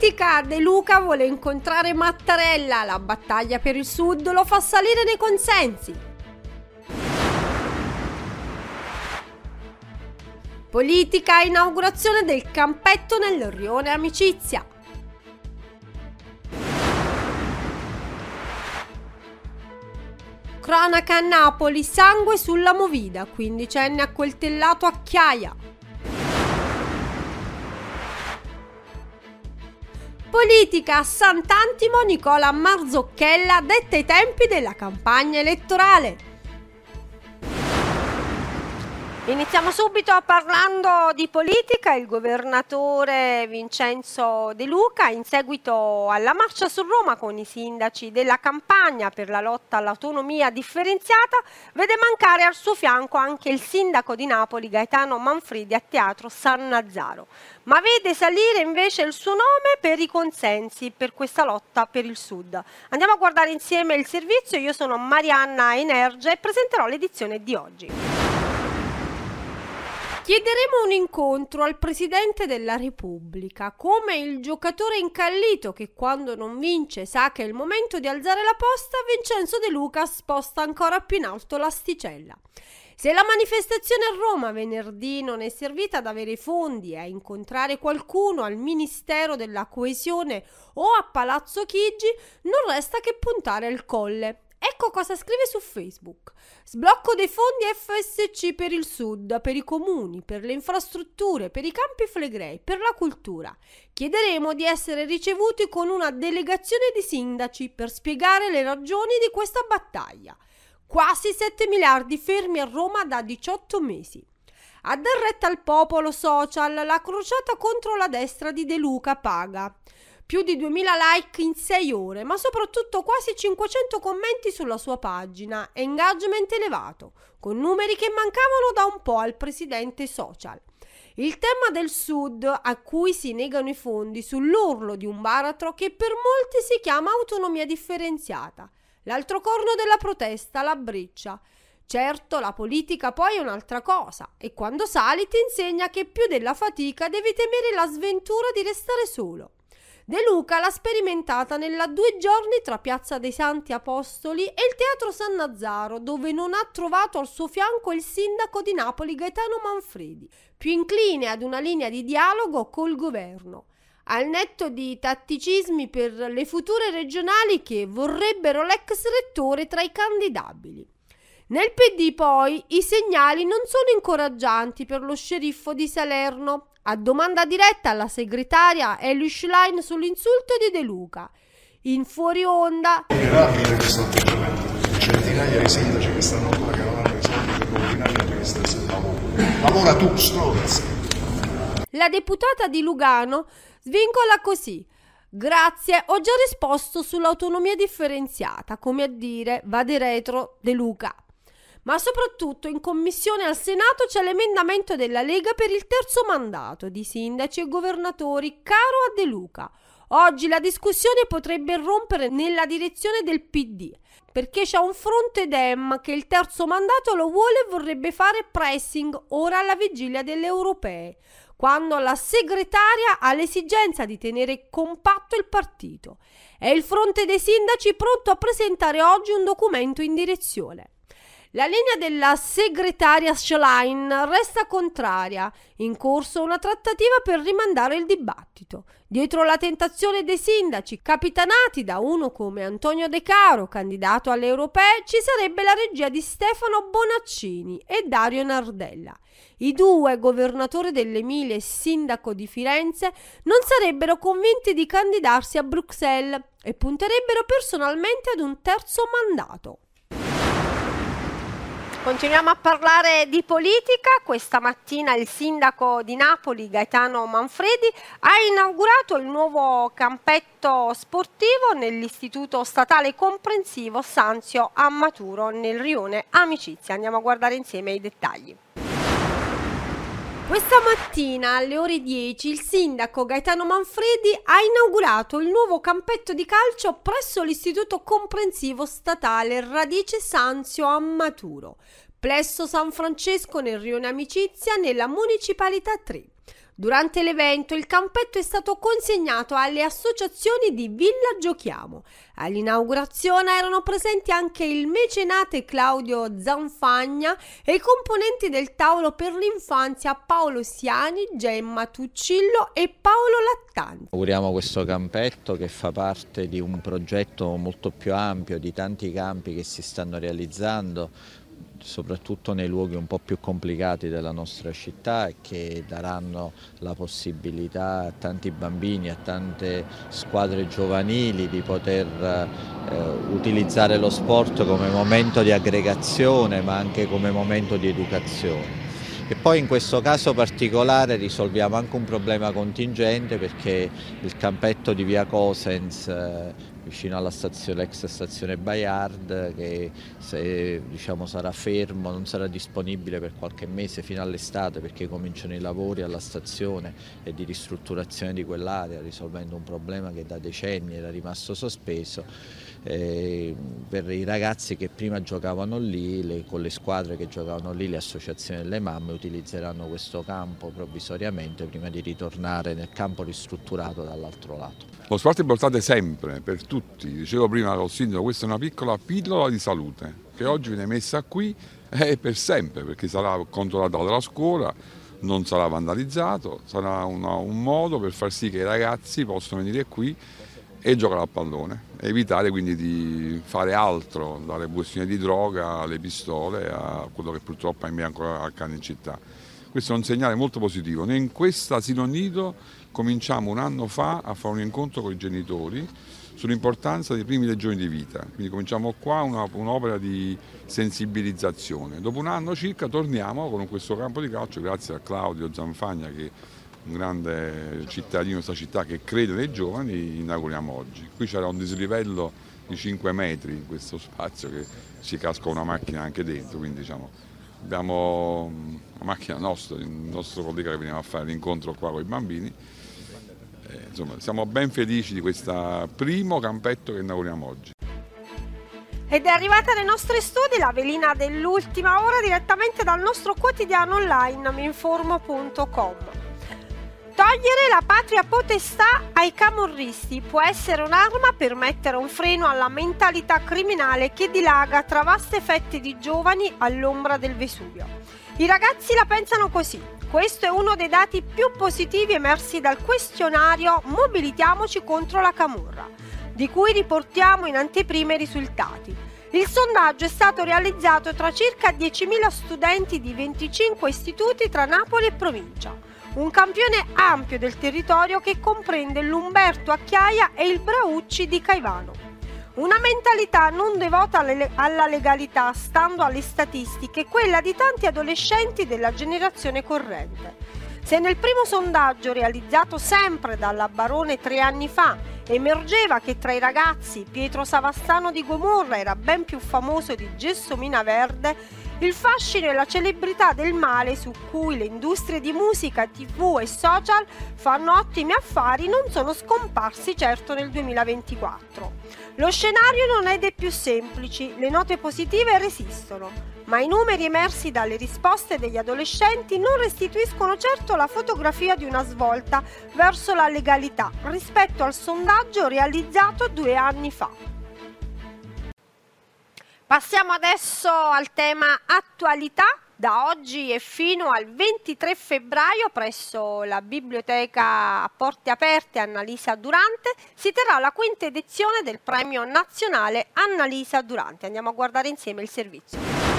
politica, De Luca vuole incontrare Mattarella, la battaglia per il Sud lo fa salire nei consensi. Politica, inaugurazione del campetto nel rione Amicizia. Cronaca a Napoli, sangue sulla movida, 15enne accoltellato a Chiaia. Politica, a Sant'Antimo, Nicola Marzocchella detta i tempi della campagna elettorale. Iniziamo subito parlando di politica. Il governatore Vincenzo De Luca, in seguito alla marcia su Roma con i sindaci della campagna per la lotta all'autonomia differenziata, vede mancare al suo fianco anche il sindaco di Napoli Gaetano Manfredi a Teatro Sannazaro, ma vede salire invece il suo nome per i consensi per questa lotta per il Sud. Andiamo a guardare insieme il servizio. Io sono Marianna Energia e presenterò l'edizione di oggi. Chiederemo un incontro al Presidente della Repubblica, come il giocatore incallito che quando non vince sa che è il momento di alzare la posta. Vincenzo De Luca sposta ancora più in alto l'asticella. Se la manifestazione a Roma venerdì non è servita ad avere fondi e a incontrare qualcuno al Ministero della Coesione o a Palazzo Chigi, non resta che puntare al Colle. Ecco cosa scrive su Facebook. Sblocco dei fondi FSC per il Sud, per i comuni, per le infrastrutture, per i Campi Flegrei, per la cultura. Chiederemo di essere ricevuti con una delegazione di sindaci per spiegare le ragioni di questa battaglia. Quasi 7 miliardi fermi a Roma da 18 mesi. A dar retta al popolo social, la crociata contro la destra di De Luca paga. Più di 2000 like in 6 ore, ma soprattutto quasi 500 commenti sulla sua pagina, engagement elevato, con numeri che mancavano da un po' al presidente social. Il tema del Sud, a cui si negano i fondi, sull'orlo di un baratro che per molti si chiama autonomia differenziata. L'altro corno della protesta, la breccia. Certo, la politica poi è un'altra cosa, e quando sali ti insegna che più della fatica devi temere la sventura di restare solo. De Luca l'ha sperimentata nella 2 giorni tra Piazza dei Santi Apostoli e il Teatro Sannazaro, dove non ha trovato al suo fianco il sindaco di Napoli Gaetano Manfredi, più incline ad una linea di dialogo col governo, al netto di tatticismi per le future regionali che vorrebbero l'ex rettore tra i candidabili. Nel PD poi i segnali non sono incoraggianti per lo sceriffo di Salerno. A domanda diretta alla segretaria Eli Schlein sull'insulto di De Luca. In fuori onda... Rapide questo atteggiamento. Centinaia di sindaci che stanno ancora che non hanno i soldi per ordinare perché stesse il lavoro. Lavora tu, stronzo! La deputata di Lugano svincola così. Grazie, ho già risposto sull'autonomia differenziata, come a dire, vade retro De Luca. Ma soprattutto in commissione al Senato c'è l'emendamento della Lega per il terzo mandato di sindaci e governatori, caro a De Luca. Oggi la discussione potrebbe irrompere nella direzione del PD, perché c'è un fronte Dem che il terzo mandato lo vuole e vorrebbe fare pressing ora alla vigilia delle europee, quando la segretaria ha l'esigenza di tenere compatto il partito. È il fronte dei sindaci pronto a presentare oggi un documento in direzione. La linea della segretaria Schlein resta contraria, in corso una trattativa per rimandare il dibattito. Dietro la tentazione dei sindaci, capitanati da uno come Antonio De Caro, candidato alle europee, ci sarebbe la regia di Stefano Bonaccini e Dario Nardella. I due, governatore dell'Emilia e sindaco di Firenze, non sarebbero convinti di candidarsi a Bruxelles e punterebbero personalmente ad un terzo mandato. Continuiamo a parlare di politica. Questa mattina il sindaco di Napoli, Gaetano Manfredi, ha inaugurato il nuovo campetto sportivo nell'Istituto Statale Comprensivo Sanzio a Maturo, nel rione Amicizia. Andiamo a guardare insieme i dettagli. Questa mattina alle ore 10 il sindaco Gaetano Manfredi ha inaugurato il nuovo campetto di calcio presso l'Istituto Comprensivo Statale Radice Sanzio a Maturo, Plesso San Francesco nel rione Amicizia nella Municipalità 3. Durante l'evento il campetto è stato consegnato alle associazioni di Villa Giochiamo. All'inaugurazione erano presenti anche il mecenate Claudio Zanfagna e i componenti del tavolo per l'infanzia Paolo Siani, Gemma Tuccillo e Paolo Lattanzi. Auguriamo questo campetto, che fa parte di un progetto molto più ampio, di tanti campi che si stanno realizzando, soprattutto nei luoghi un po' più complicati della nostra città, e che daranno la possibilità a tanti bambini, a tante squadre giovanili di poter utilizzare lo sport come momento di aggregazione, ma anche come momento di educazione. E poi in questo caso particolare risolviamo anche un problema contingente, perché il campetto di via Cosens, vicino alla stazione, l'ex stazione Bayard, che se sarà fermo, non sarà disponibile per qualche mese fino all'estate, perché cominciano i lavori alla stazione e di ristrutturazione di quell'area, risolvendo un problema che da decenni era rimasto sospeso. Per i ragazzi che prima giocavano lì, con le squadre che giocavano lì, le associazioni delle mamme utilizzeranno questo campo provvisoriamente prima di ritornare nel campo ristrutturato dall'altro lato. Lo sport è importante sempre, per tutti. Dicevo prima col sindaco, questa è una piccola pillola di salute che oggi viene messa qui e per sempre, perché sarà controllata dalla scuola, non sarà vandalizzato, sarà un modo per far sì che i ragazzi possano venire qui e giocare a pallone, e evitare quindi di fare altro, dalle questioni di droga alle pistole a quello che purtroppo ahimè ancora accade in città. Questo è un segnale molto positivo. Noi in questo asilo nido cominciamo un anno fa a fare un incontro con i genitori sull'importanza dei primi giorni di vita, quindi cominciamo qua un'opera di sensibilizzazione. Dopo un anno circa torniamo con questo campo di calcio, grazie a Claudio Zanfagna, che è un grande cittadino di questa città che crede nei giovani, inauguriamo oggi. Qui c'era un dislivello di 5 metri in questo spazio, che si casca una macchina anche dentro, quindi abbiamo una macchina nostra, il nostro collega che veniva a fare l'incontro qua con i bambini. Siamo ben felici di questo primo campetto che inauguriamo oggi. Ed è arrivata nei nostri studi la velina dell'ultima ora direttamente dal nostro quotidiano online minformo.com. Togliere la patria potestà ai camorristi può essere un'arma per mettere un freno alla mentalità criminale che dilaga tra vaste fette di giovani all'ombra del Vesuvio. I ragazzi la pensano così. Questo è uno dei dati più positivi emersi dal questionario Mobilitiamoci contro la camorra, di cui riportiamo in anteprima i risultati. Il sondaggio è stato realizzato tra circa 10.000 studenti di 25 istituti tra Napoli e provincia. Un campione ampio del territorio che comprende l'Umberto a Chiaia e il Braucci di Caivano. Una mentalità non devota alla legalità, stando alle statistiche, quella di tanti adolescenti della generazione corrente. Se nel primo sondaggio, realizzato sempre dalla Barone 3 anni fa, emergeva che tra i ragazzi Pietro Savastano di Gomorra era ben più famoso di Gelsomina Verde, il fascino e la celebrità del male su cui le industrie di musica, TV e social fanno ottimi affari non sono scomparsi certo nel 2024. Lo scenario non è dei più semplici, le note positive resistono, ma i numeri emersi dalle risposte degli adolescenti non restituiscono certo la fotografia di una svolta verso la legalità rispetto al sondaggio realizzato 2 anni fa. Passiamo adesso al tema attualità. Da oggi e fino al 23 febbraio presso la Biblioteca a Porte Aperte Annalisa Durante si terrà la 5ª edizione del Premio Nazionale Annalisa Durante. Andiamo a guardare insieme il servizio.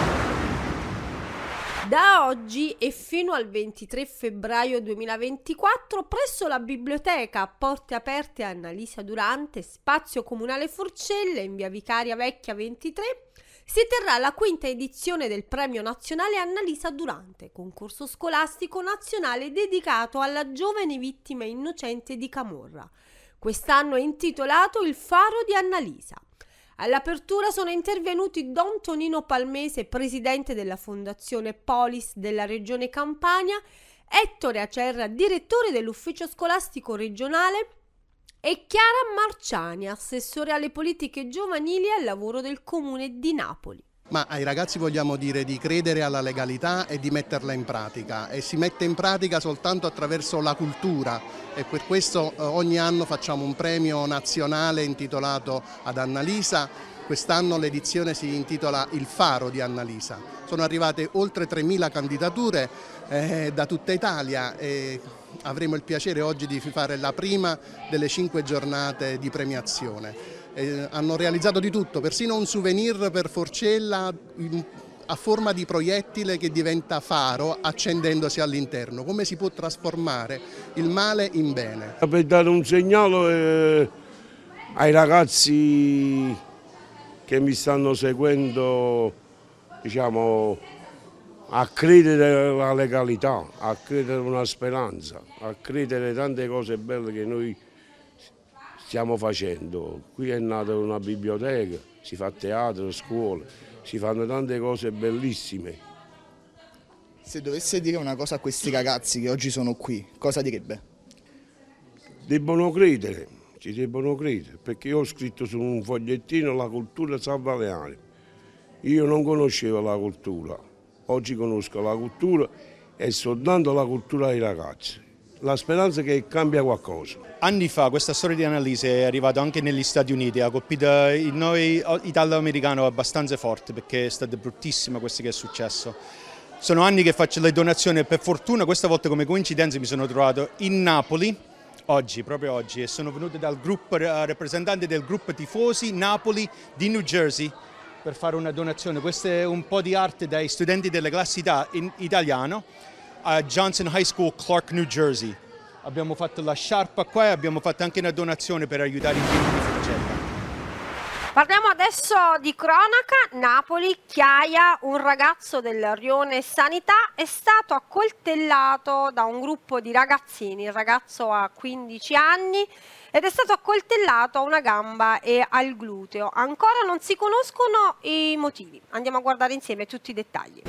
Da oggi e fino al 23 febbraio 2024 presso la Biblioteca a Porte Aperte Annalisa Durante, Spazio Comunale Forcelle, in via Vicaria Vecchia 23, si terrà la 5ª edizione del Premio Nazionale Annalisa Durante, concorso scolastico nazionale dedicato alla giovane vittima innocente di camorra. Quest'anno è intitolato Il Faro di Annalisa. All'apertura sono intervenuti Don Tonino Palmese, presidente della Fondazione Polis della Regione Campania, Ettore Acerra, direttore dell'Ufficio Scolastico Regionale, e Chiara Marciani, assessore alle politiche giovanili e al lavoro del Comune di Napoli. Ma ai ragazzi vogliamo dire di credere alla legalità e di metterla in pratica, e si mette in pratica soltanto attraverso la cultura, e per questo ogni anno facciamo un premio nazionale intitolato ad Annalisa. Quest'anno l'edizione si intitola Il Faro di Annalisa. Sono arrivate oltre 3.000 candidature da tutta Italia e avremo il piacere oggi di fare la prima delle 5 giornate di premiazione. Hanno realizzato di tutto, persino un souvenir per Forcella a forma di proiettile che diventa faro accendendosi all'interno. Come si può trasformare il male in bene? Per dare un segnale ai ragazzi che mi stanno seguendo, diciamo, a credere alla legalità, a credere una speranza, a credere tante cose belle che noi stiamo facendo. Qui è nata una biblioteca, si fa teatro, scuole, si fanno tante cose bellissime. Se dovesse dire una cosa a questi ragazzi che oggi sono qui, cosa direbbe? Debbono credere, ci debbono credere, perché io ho scritto su un fogliettino la cultura salva le anime. Io non conoscevo la cultura, oggi conosco la cultura e sto dando la cultura ai ragazzi. La speranza è che cambia qualcosa. Anni fa questa storia di Annalisa è arrivata anche negli Stati Uniti, ha colpito noi italo-americano abbastanza forte, perché è stato bruttissimo questo che è successo. Sono anni che faccio le donazioni e per fortuna questa volta come coincidenza mi sono trovato in Napoli, proprio oggi, e sono venuto dal gruppo, rappresentante del gruppo tifosi Napoli di New Jersey per fare una donazione. Questo è un po' di arte dai studenti delle classi in italiano a Johnson High School, Clark, New Jersey. Abbiamo fatto la sciarpa qua e abbiamo fatto anche una donazione per aiutare i figli di Forcella. Parliamo adesso di cronaca. Napoli, Chiaia, un ragazzo del rione Sanità è stato accoltellato da un gruppo di ragazzini. Il ragazzo ha 15 anni ed è stato accoltellato a una gamba e al gluteo. Ancora non si conoscono i motivi. Andiamo a guardare insieme tutti i dettagli.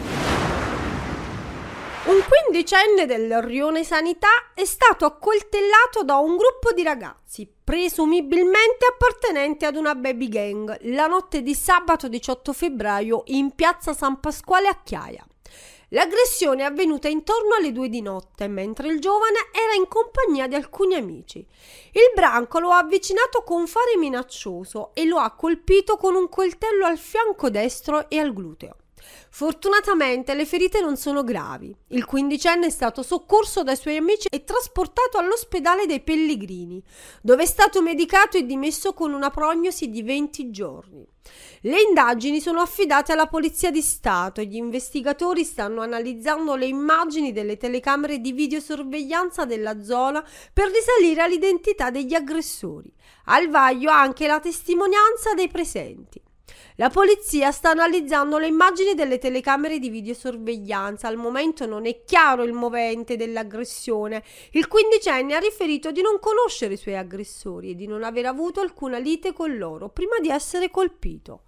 Un 15enne del rione Sanità è stato accoltellato da un gruppo di ragazzi, presumibilmente appartenenti ad una baby gang, la notte di sabato 18 febbraio in piazza San Pasquale a Chiaia. L'aggressione è avvenuta intorno alle 2 di notte, mentre il giovane era in compagnia di alcuni amici. Il branco lo ha avvicinato con fare minaccioso e lo ha colpito con un coltello al fianco destro e al gluteo. Fortunatamente le ferite non sono gravi. Il 15enne è stato soccorso dai suoi amici e trasportato all'ospedale dei Pellegrini, dove è stato medicato e dimesso con una prognosi di 20 giorni. Le indagini sono affidate alla Polizia di Stato e gli investigatori stanno analizzando le immagini delle telecamere di videosorveglianza della zona per risalire all'identità degli aggressori. Al vaglio anche la testimonianza dei presenti. La polizia sta analizzando le immagini delle telecamere di videosorveglianza. Al momento non è chiaro il movente dell'aggressione. Il 15enne ha riferito di non conoscere i suoi aggressori e di non aver avuto alcuna lite con loro prima di essere colpito.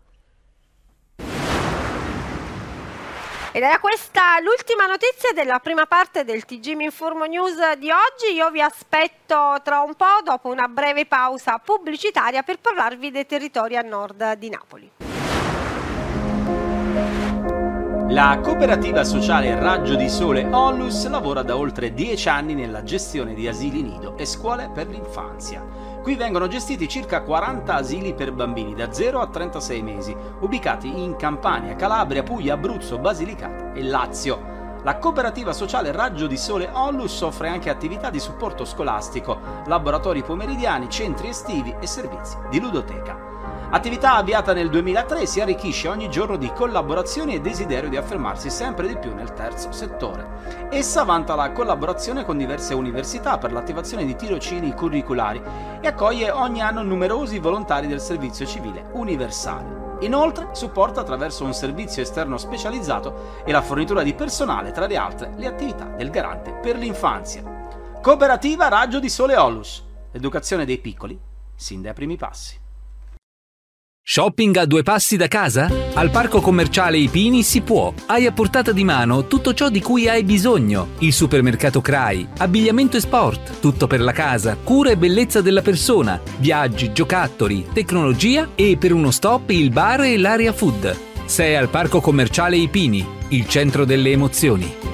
Ed era questa l'ultima notizia della prima parte del TG Mi Informo News di oggi. Io vi aspetto tra un po', dopo una breve pausa pubblicitaria, per parlarvi dei territori a nord di Napoli. La cooperativa sociale Raggio di Sole Onlus lavora da oltre 10 anni nella gestione di asili nido e scuole per l'infanzia. Qui vengono gestiti circa 40 asili per bambini da 0 a 36 mesi, ubicati in Campania, Calabria, Puglia, Abruzzo, Basilicata e Lazio. La cooperativa sociale Raggio di Sole Onlus offre anche attività di supporto scolastico, laboratori pomeridiani, centri estivi e servizi di ludoteca. Attività avviata nel 2003, si arricchisce ogni giorno di collaborazioni e desiderio di affermarsi sempre di più nel terzo settore. Essa vanta la collaborazione con diverse università per l'attivazione di tirocini curriculari e accoglie ogni anno numerosi volontari del servizio civile universale. Inoltre supporta attraverso un servizio esterno specializzato e la fornitura di personale, tra le altre, le attività del garante per l'infanzia. Cooperativa Raggio di Sole Onlus. L'educazione dei piccoli sin dai primi passi. Shopping a 2 passi da casa? Al Parco Commerciale I Pini si può. Hai a portata di mano tutto ciò di cui hai bisogno. Il supermercato CRAI, abbigliamento e sport, tutto per la casa, cura e bellezza della persona, viaggi, giocattoli, tecnologia e per uno stop il bar e l'area food. Sei al Parco Commerciale I Pini, il centro delle emozioni.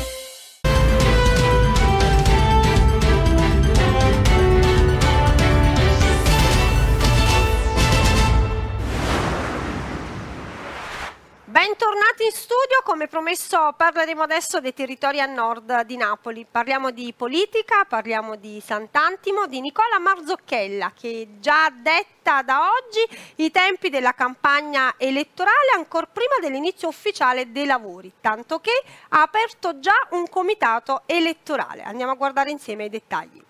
Bentornati in studio, come promesso parleremo adesso dei territori a nord di Napoli. Parliamo di politica, parliamo di Sant'Antimo, di Nicola Marzocchella, che già detta da oggi i tempi della campagna elettorale ancora prima dell'inizio ufficiale dei lavori, tanto che ha aperto già un comitato elettorale. Andiamo a guardare insieme i dettagli.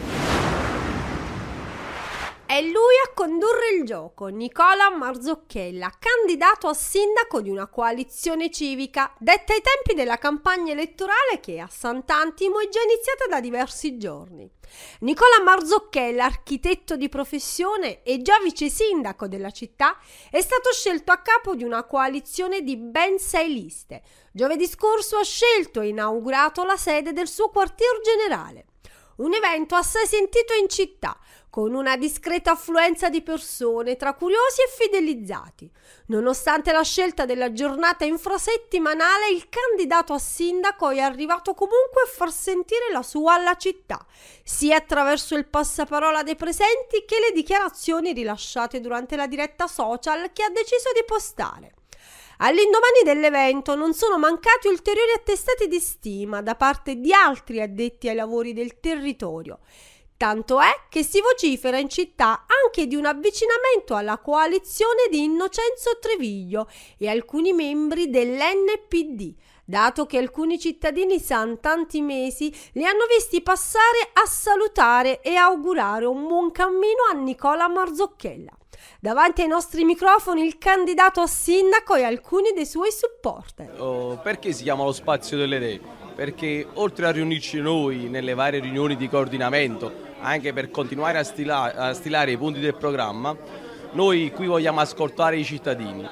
È lui a condurre il gioco, Nicola Marzocchella, candidato a sindaco di una coalizione civica, detta ai tempi della campagna elettorale che a Sant'Antimo è già iniziata da diversi giorni. Nicola Marzocchella, architetto di professione e già vice sindaco della città, è stato scelto a capo di una coalizione di ben 6 liste. Giovedì scorso ha scelto e inaugurato la sede del suo quartier generale. Un evento assai sentito in città, con una discreta affluenza di persone tra curiosi e fidelizzati. Nonostante la scelta della giornata infrasettimanale, il candidato a sindaco è arrivato comunque a far sentire la sua alla città, sia attraverso il passaparola dei presenti che le dichiarazioni rilasciate durante la diretta social che ha deciso di postare. All'indomani dell'evento non sono mancati ulteriori attestati di stima da parte di altri addetti ai lavori del territorio. Tanto è che si vocifera in città anche di un avvicinamento alla coalizione di Innocenzo Treviglio e alcuni membri dell'NPD, dato che alcuni cittadini sant'antimesi li hanno visti passare a salutare e augurare un buon cammino a Nicola Marzocchella. Davanti ai nostri microfoni il candidato a sindaco e alcuni dei suoi supporter. Perché si chiama lo spazio delle idee? Perché oltre a riunirci noi nelle varie riunioni di coordinamento, anche per continuare a stilare i punti del programma, noi qui vogliamo ascoltare i cittadini,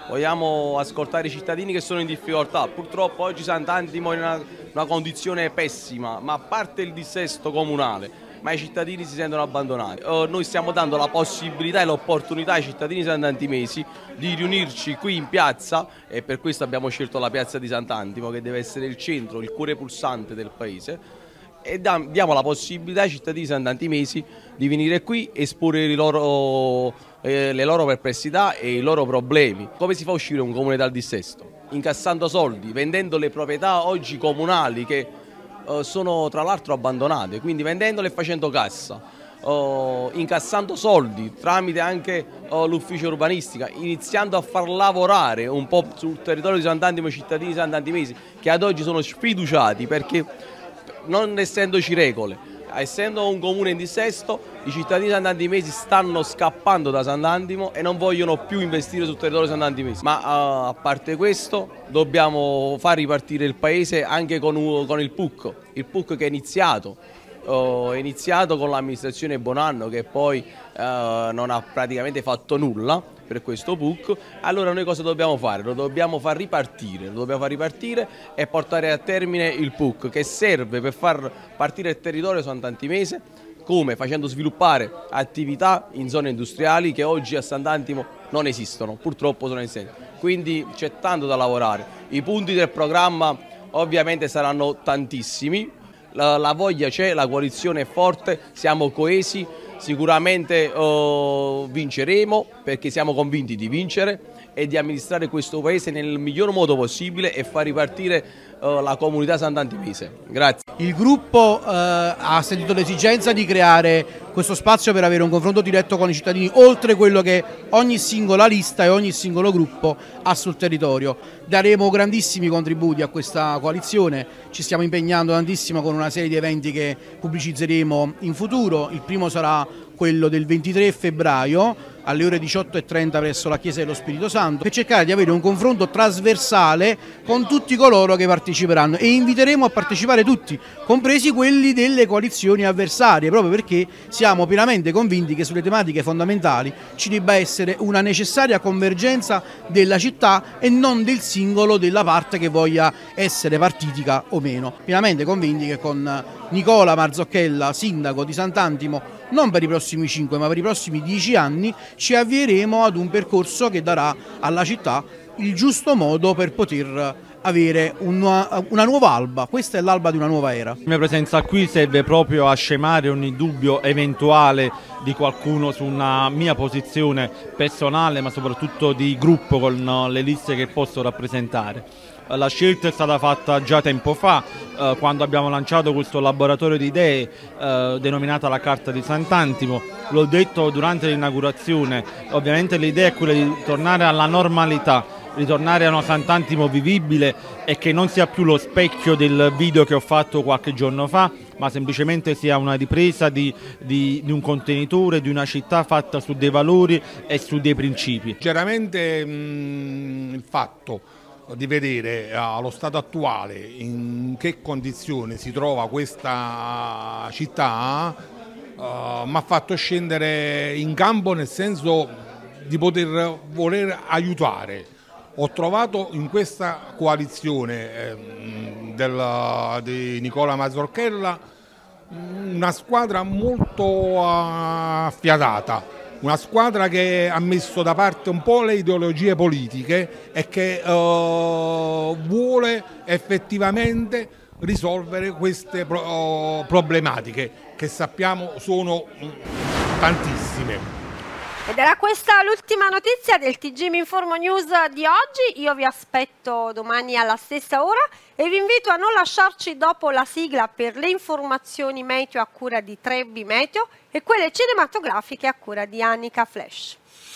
che sono in difficoltà. Purtroppo oggi Sant'Antimo è in una condizione pessima, ma a parte il dissesto comunale, ma i cittadini si sentono abbandonati. Noi stiamo dando la possibilità e l'opportunità ai cittadini sant'antimesi di riunirci qui in piazza, e per questo abbiamo scelto la piazza di Sant'Antimo, che deve essere il centro, il cuore pulsante del paese, e diamo la possibilità ai cittadini sant'antimesi di venire qui e esporre le loro perplessità e i loro problemi. Come si fa a uscire un comune dal dissesto? Incassando soldi, vendendo le proprietà oggi comunali che sono tra l'altro abbandonate, quindi vendendole e facendo cassa, incassando soldi tramite anche l'ufficio urbanistica, iniziando a far lavorare un po' sul territorio di Sant'Antimo i cittadini sant'antimesi che ad oggi sono sfiduciati, perché non essendoci regole, essendo un comune in dissesto, i cittadini sant'antimesi stanno scappando da Sant'Antimo e non vogliono più investire sul territorio sant'antimesi. Ma a parte questo dobbiamo far ripartire il paese anche con il PUC che è iniziato con l'amministrazione Bonanno, che poi non ha praticamente fatto nulla per questo PUC. Allora noi cosa dobbiamo fare? Lo dobbiamo far ripartire e portare a termine il PUC, che serve per far partire il territorio sant'antimese, come facendo sviluppare attività in zone industriali che oggi a Sant'Antimo non esistono, purtroppo sono assenti. Quindi c'è tanto da lavorare. I punti del programma ovviamente saranno tantissimi, la voglia c'è, la coalizione è forte, siamo coesi, sicuramente vinceremo, perché siamo convinti di vincere e di amministrare questo paese nel miglior modo possibile e far ripartire la comunità sant'antimese. Grazie. Il gruppo ha sentito l'esigenza di creare questo spazio per avere un confronto diretto con i cittadini, oltre quello che ogni singola lista e ogni singolo gruppo ha sul territorio. Daremo grandissimi contributi a questa coalizione, ci stiamo impegnando tantissimo con una serie di eventi che pubblicizzeremo in futuro. Il primo sarà quello del 23 febbraio alle ore 18:30 presso la Chiesa dello Spirito Santo, per cercare di avere un confronto trasversale con tutti coloro che parteciperanno, e inviteremo a partecipare tutti, compresi quelli delle coalizioni avversarie, proprio perché si siamo pienamente convinti che sulle tematiche fondamentali ci debba essere una necessaria convergenza della città e non del singolo della parte che voglia essere partitica o meno. Pienamente convinti che con Nicola Marzocchella, sindaco di Sant'Antimo, non per i prossimi 5 ma per i prossimi 10 anni, ci avvieremo ad un percorso che darà alla città il giusto modo per poter avere una nuova alba. Questa è l'alba di una nuova era. La mia presenza qui serve proprio a scemare ogni dubbio eventuale di qualcuno su una mia posizione personale, ma soprattutto di gruppo con le liste che posso rappresentare. La scelta è stata fatta già tempo fa, quando abbiamo lanciato questo laboratorio di idee denominata la Carta di Sant'Antimo. L'ho detto durante l'inaugurazione, ovviamente l'idea è quella di tornare alla normalità, ritornare a una Sant'Antimo vivibile e che non sia più lo specchio del video che ho fatto qualche giorno fa, ma semplicemente sia una ripresa di un contenitore, di una città fatta su dei valori e su dei principi. Chiaramente il fatto di vedere allo stato attuale in che condizione si trova questa città mi ha fatto scendere in campo, nel senso di voler aiutare. Ho trovato in questa coalizione di Nicola Marzocchella una squadra molto affiatata, una squadra che ha messo da parte un po' le ideologie politiche e che vuole effettivamente risolvere queste problematiche che sappiamo sono tantissime. Ed era questa l'ultima notizia del TG Mi Informo News di oggi. Io vi aspetto domani alla stessa ora e vi invito a non lasciarci dopo la sigla per le informazioni meteo a cura di Trebbi Meteo e quelle cinematografiche a cura di Annika Flash.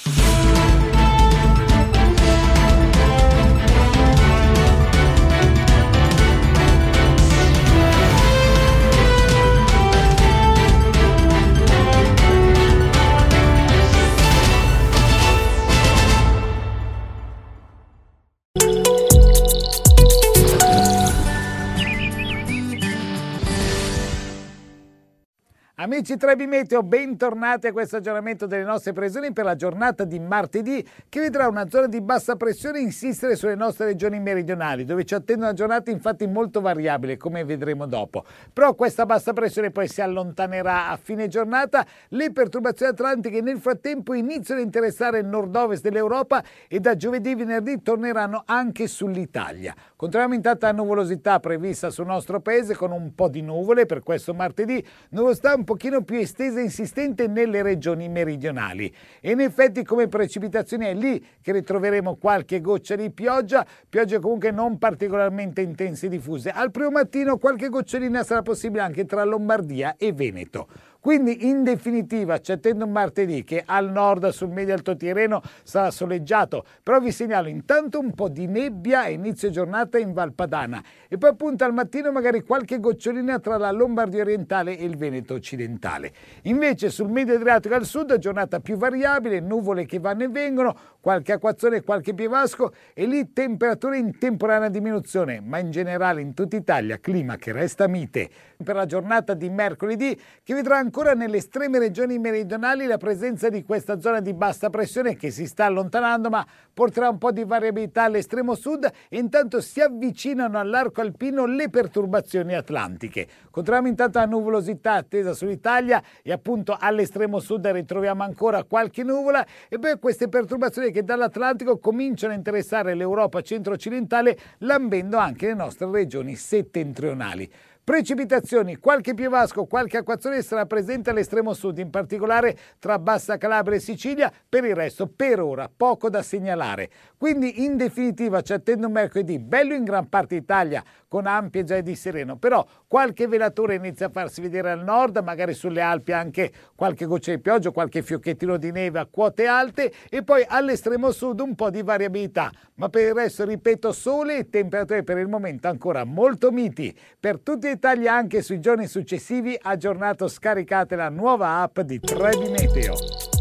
Amici Trebbi Meteo, bentornati a questo aggiornamento delle nostre previsioni per la giornata di martedì, che vedrà una zona di bassa pressione insistere sulle nostre regioni meridionali, dove ci attende una giornata infatti molto variabile, come vedremo dopo. Però questa bassa pressione poi si allontanerà a fine giornata. Le perturbazioni atlantiche nel frattempo iniziano a interessare il nord-ovest dell'Europa e da giovedì e venerdì torneranno anche sull'Italia. Continuiamo intanto la nuvolosità prevista sul nostro paese con un po' di nuvole per questo martedì, nuvolosità un pochino più estesa e insistente nelle regioni meridionali e in effetti come precipitazioni è lì che ritroveremo qualche goccia di pioggia comunque non particolarmente intense e diffuse. Al primo mattino qualche gocciolina sarà possibile anche tra Lombardia e Veneto. Quindi in definitiva ci attende un martedì che al nord sul medio alto Tirreno sarà soleggiato, però vi segnalo intanto un po' di nebbia a inizio giornata in Valpadana e poi appunto al mattino magari qualche gocciolina tra la Lombardia orientale e il Veneto occidentale. Invece sul medio Adriatico al sud giornata più variabile, nuvole che vanno e vengono, qualche acquazzone e qualche piovasco e lì temperature in temporanea diminuzione, ma in generale in tutta Italia clima che resta mite. Per la giornata di mercoledì che vedrà ancora nelle estreme regioni meridionali la presenza di questa zona di bassa pressione che si sta allontanando ma porterà un po' di variabilità all'estremo sud e intanto si avvicinano all'arco alpino le perturbazioni atlantiche. Continuiamo intanto la nuvolosità attesa sull'Italia e appunto all'estremo sud ritroviamo ancora qualche nuvola e poi queste perturbazioni che dall'Atlantico cominciano a interessare l'Europa centro-occidentale lambendo anche le nostre regioni settentrionali. Precipitazioni, qualche piovasco, qualche acquazzone sarà presente all'estremo sud, in particolare tra Bassa Calabria e Sicilia, per il resto per ora poco da segnalare. Quindi in definitiva ci attende un mercoledì bello in gran parte d'Italia con ampie gioie di sereno, però qualche velatura inizia a farsi vedere al nord, magari sulle Alpi anche qualche goccia di pioggia, qualche fiocchettino di neve a quote alte e poi all'estremo sud un po' di variabilità, ma per il resto ripeto sole e temperature per il momento ancora molto miti. Per tutti l'Italia anche sui giorni successivi aggiornato scaricate la nuova app di Trebbi Meteo.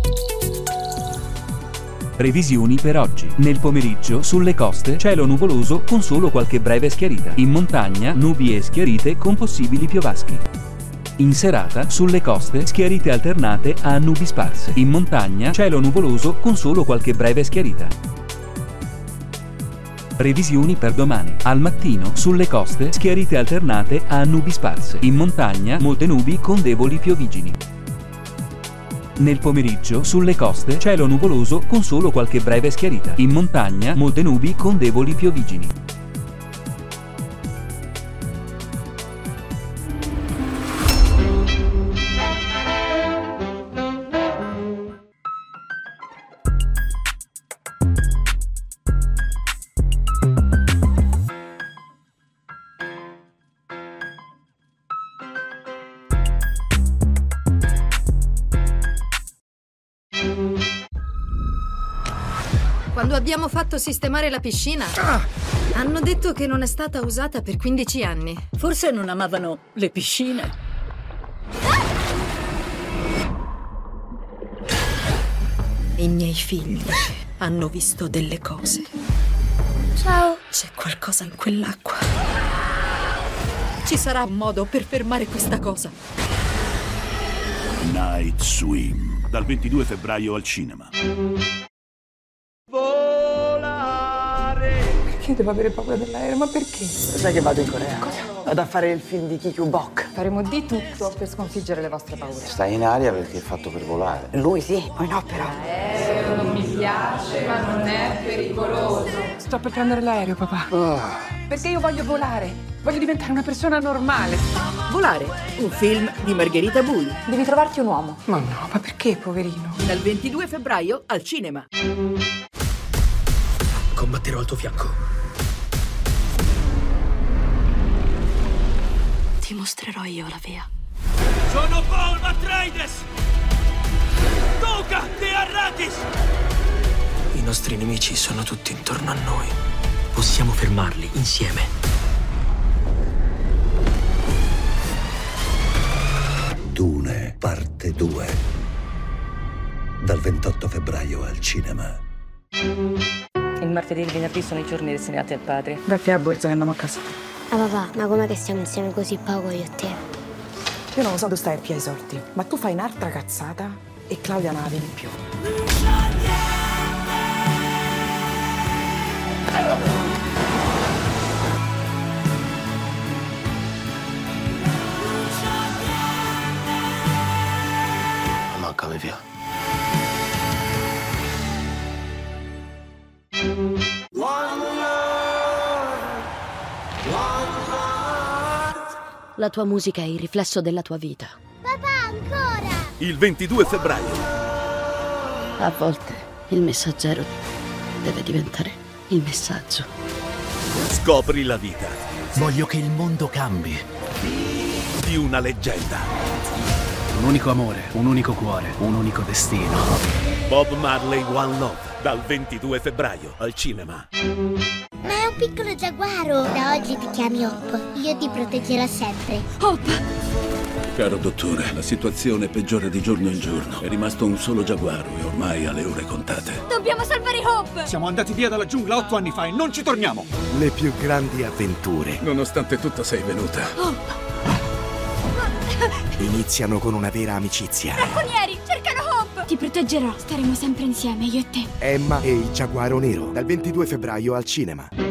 Previsioni per oggi. Nel pomeriggio sulle coste cielo nuvoloso con solo qualche breve schiarita. In montagna nubi e schiarite con possibili piovaschi. In serata, sulle coste, schiarite alternate a nubi sparse. In montagna, cielo nuvoloso con solo qualche breve schiarita. Previsioni per domani. Al mattino, sulle coste, schiarite alternate a nubi sparse. In montagna, molte nubi con deboli piovigini. Nel pomeriggio, sulle coste, cielo nuvoloso con solo qualche breve schiarita. In montagna, molte nubi con deboli piovigini. Quando abbiamo fatto sistemare la piscina, hanno detto che non è stata usata per 15 anni. Forse non amavano le piscine. I miei figli hanno visto delle cose. Ciao. C'è qualcosa in quell'acqua. Ci sarà un modo per fermare questa cosa. Night Swim, dal 22 febbraio al cinema. Perché devo avere paura dell'aereo? Ma perché? Sai che vado in Corea? Cosa? Vado a fare il film di Ki Kyu-bok. Faremo di tutto per sconfiggere le vostre paure. Stai in aria perché è fatto per volare. Lui sì, poi no però. L'aereo non mi piace, ma non è pericoloso. Sto per prendere l'aereo, papà. Perché io voglio volare. Voglio diventare una persona normale. Volare, un film di Margherita Bui. Devi trovarti un uomo. Ma no, ma perché, poverino? Dal 22 febbraio al cinema. Combatterò al tuo fianco. Ti mostrerò io la via. Sono Paul Atreides! Duca di Arrakis! I nostri nemici sono tutti intorno a noi. Possiamo fermarli insieme. Dune, parte 2. Dal 28 febbraio al cinema. Il martedì e il venerdì sono i giorni destinati al padre. Vai a borsa che andiamo a casa. Ah papà, ma com'è che stiamo insieme così poco io e te? Io non lo so dove stai a piedi sorti, ma tu fai un'altra cazzata e Claudia non la viene più. Mancami via. La tua musica è il riflesso della tua vita. Papà, ancora! Il 22 febbraio. A volte il messaggero deve diventare il messaggio. Scopri la vita Voglio che il mondo cambi. di una leggenda. Un unico amore, un unico cuore, un unico destino. Bob Marley One Love, dal 22 febbraio al cinema. Ma è un piccolo giaguaro! Da oggi ti chiami Hop. Io ti proteggerò sempre. Hop! Caro dottore, la situazione peggiora di giorno in giorno. È rimasto un solo giaguaro e ormai ha le ore contate. Dobbiamo salvare Hop! Siamo andati via dalla giungla 8 anni fa e non ci torniamo. Le più grandi avventure. Nonostante tutto sei venuta. Hop! Iniziano con una vera amicizia. Bracconieri, cercano Hop! Ti proteggerò. Staremo sempre insieme, io e te. Emma e il giaguaro nero, dal 22 febbraio al cinema.